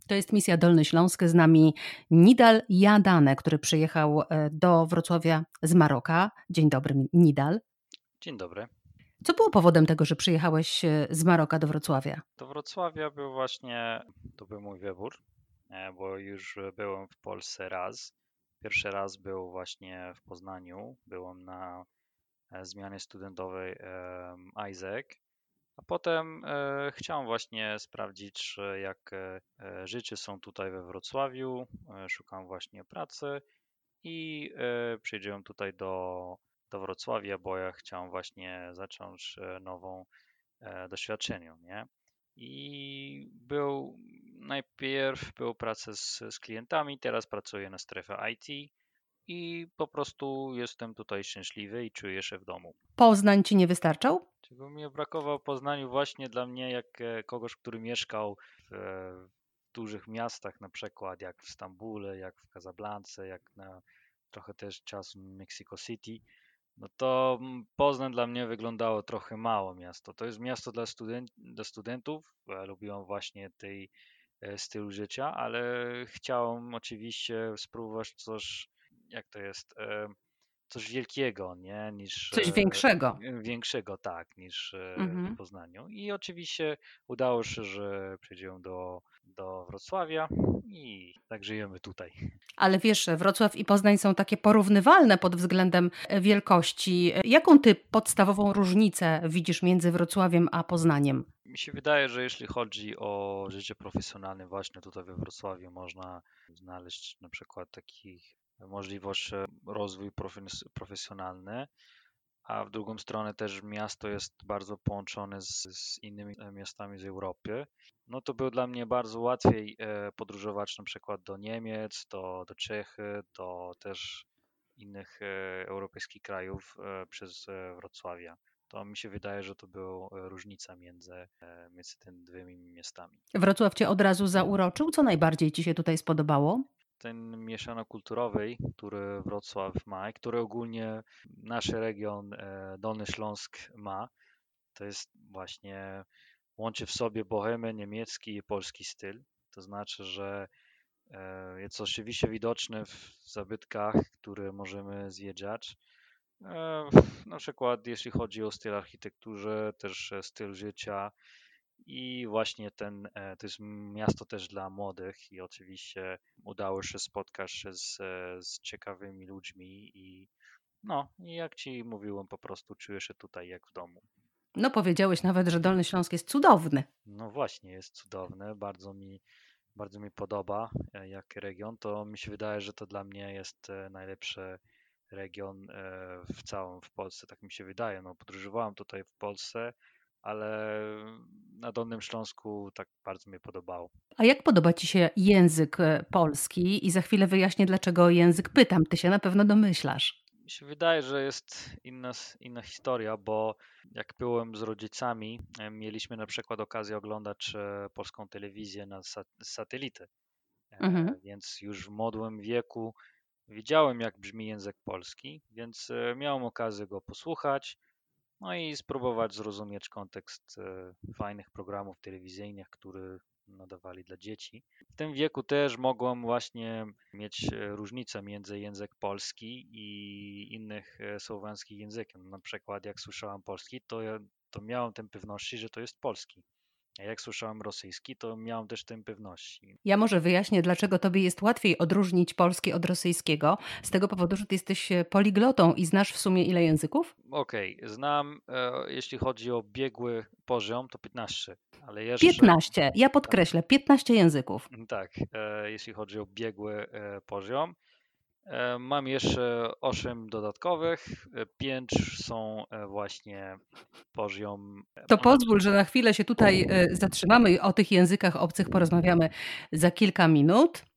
To jest Misja Dolny Śląsk, z nami Nidal Jadane, który przyjechał do Wrocławia z Maroka. Dzień dobry, Nidal. Dzień dobry. Co było powodem tego, że przyjechałeś z Maroka do Wrocławia? Do Wrocławia to był mój wybór, bo już byłem w Polsce raz. Pierwszy raz był właśnie w Poznaniu. Byłem na zmianie studentowej Isaac, a potem chciałem właśnie sprawdzić, jak życie są tutaj we Wrocławiu. Szukam właśnie pracy i przyjeżdżałem tutaj do Wrocławia, bo ja chciałem właśnie zacząć nową doświadczeniu, nie? Najpierw był praca z klientami, teraz pracuję na strefie IT i po prostu jestem tutaj szczęśliwy i czuję się w domu. Poznań ci nie wystarczał? Czego mi brakowało w Poznaniu właśnie dla mnie, jak kogoś, który mieszkał w dużych miastach, na przykład jak w Stambule, jak w Casablance, jak na trochę też czas w Mexico City. No to Poznań dla mnie wyglądało trochę mało miasto. To jest miasto dla studentów. Ja lubiłem właśnie tej stylu życia, ale chciałem oczywiście spróbować coś, jak to jest, coś wielkiego, nie? Coś większego. Większego, tak, niż w Mhm. Poznaniu. I oczywiście udało się, że przyjdziemy do Wrocławia i tak żyjemy tutaj. Ale wiesz, Wrocław i Poznań są takie porównywalne pod względem wielkości. Jaką ty podstawową różnicę widzisz między Wrocławiem a Poznaniem? Mi się wydaje, że jeśli chodzi o życie profesjonalne, właśnie tutaj we Wrocławiu można znaleźć na przykład takich możliwości rozwój profesjonalny, a w drugą stronę też miasto jest bardzo połączone z innymi miastami z Europy. No to było dla mnie bardzo łatwiej podróżować na przykład do Niemiec, do Czechy, do też innych europejskich krajów przez Wrocławia. To mi się wydaje, że to była różnica między tymi dwiema miastami. Wrocław cię od razu zauroczył? Co najbardziej ci się tutaj spodobało? Ten mieszano-kulturowy, który Wrocław ma i który ogólnie nasz region Dolny Śląsk ma, to jest właśnie łączy w sobie bohemię, niemiecki i polski styl. To znaczy, że jest oczywiście widoczne w zabytkach, które możemy zwiedzać. Na przykład jeśli chodzi o styl architektury, też styl życia i właśnie to jest miasto też dla młodych i oczywiście udało się spotkać się z ciekawymi ludźmi i jak ci mówiłem, po prostu czuję się tutaj jak w domu. No powiedziałeś nawet, że Dolny Śląsk jest cudowny. No właśnie, jest cudowne, bardzo mi podoba jak region, to mi się wydaje, że to dla mnie jest najlepszy region w Polsce, tak mi się wydaje. No, podróżowałem tutaj w Polsce, ale na Dolnym Śląsku tak bardzo mi podobało. A jak podoba ci się język polski? I za chwilę wyjaśnię, dlaczego o język pytam. Ty się na pewno domyślasz. Mi się wydaje, że jest inna historia, bo jak byłem z rodzicami, mieliśmy na przykład okazję oglądać polską telewizję z satelity, Mhm. więc już w młodym wieku wiedziałem, jak brzmi język polski, więc miałem okazję go posłuchać, no i spróbować zrozumieć kontekst fajnych programów telewizyjnych, które nadawali dla dzieci. W tym wieku też mogłem właśnie mieć różnicę między język polski i innych słowiańskich języków. Na przykład jak słyszałem polski, to miałem tę pewności, że to jest polski. A jak słyszałem rosyjski, to miałem też tę pewności. Ja może wyjaśnię, dlaczego tobie jest łatwiej odróżnić polski od rosyjskiego. Z tego powodu, że ty jesteś poliglotą i znasz w sumie ile języków? Okej, znam, jeśli chodzi o biegły poziom, to 15, ale jeszcze 15. Ja tak, podkreślę, 15 języków. tak, jeśli chodzi o biegły poziom. Mam jeszcze 8 dodatkowych, 5 są właśnie poziom. To pozwól, że na chwilę się tutaj zatrzymamy i o tych językach obcych porozmawiamy za kilka minut.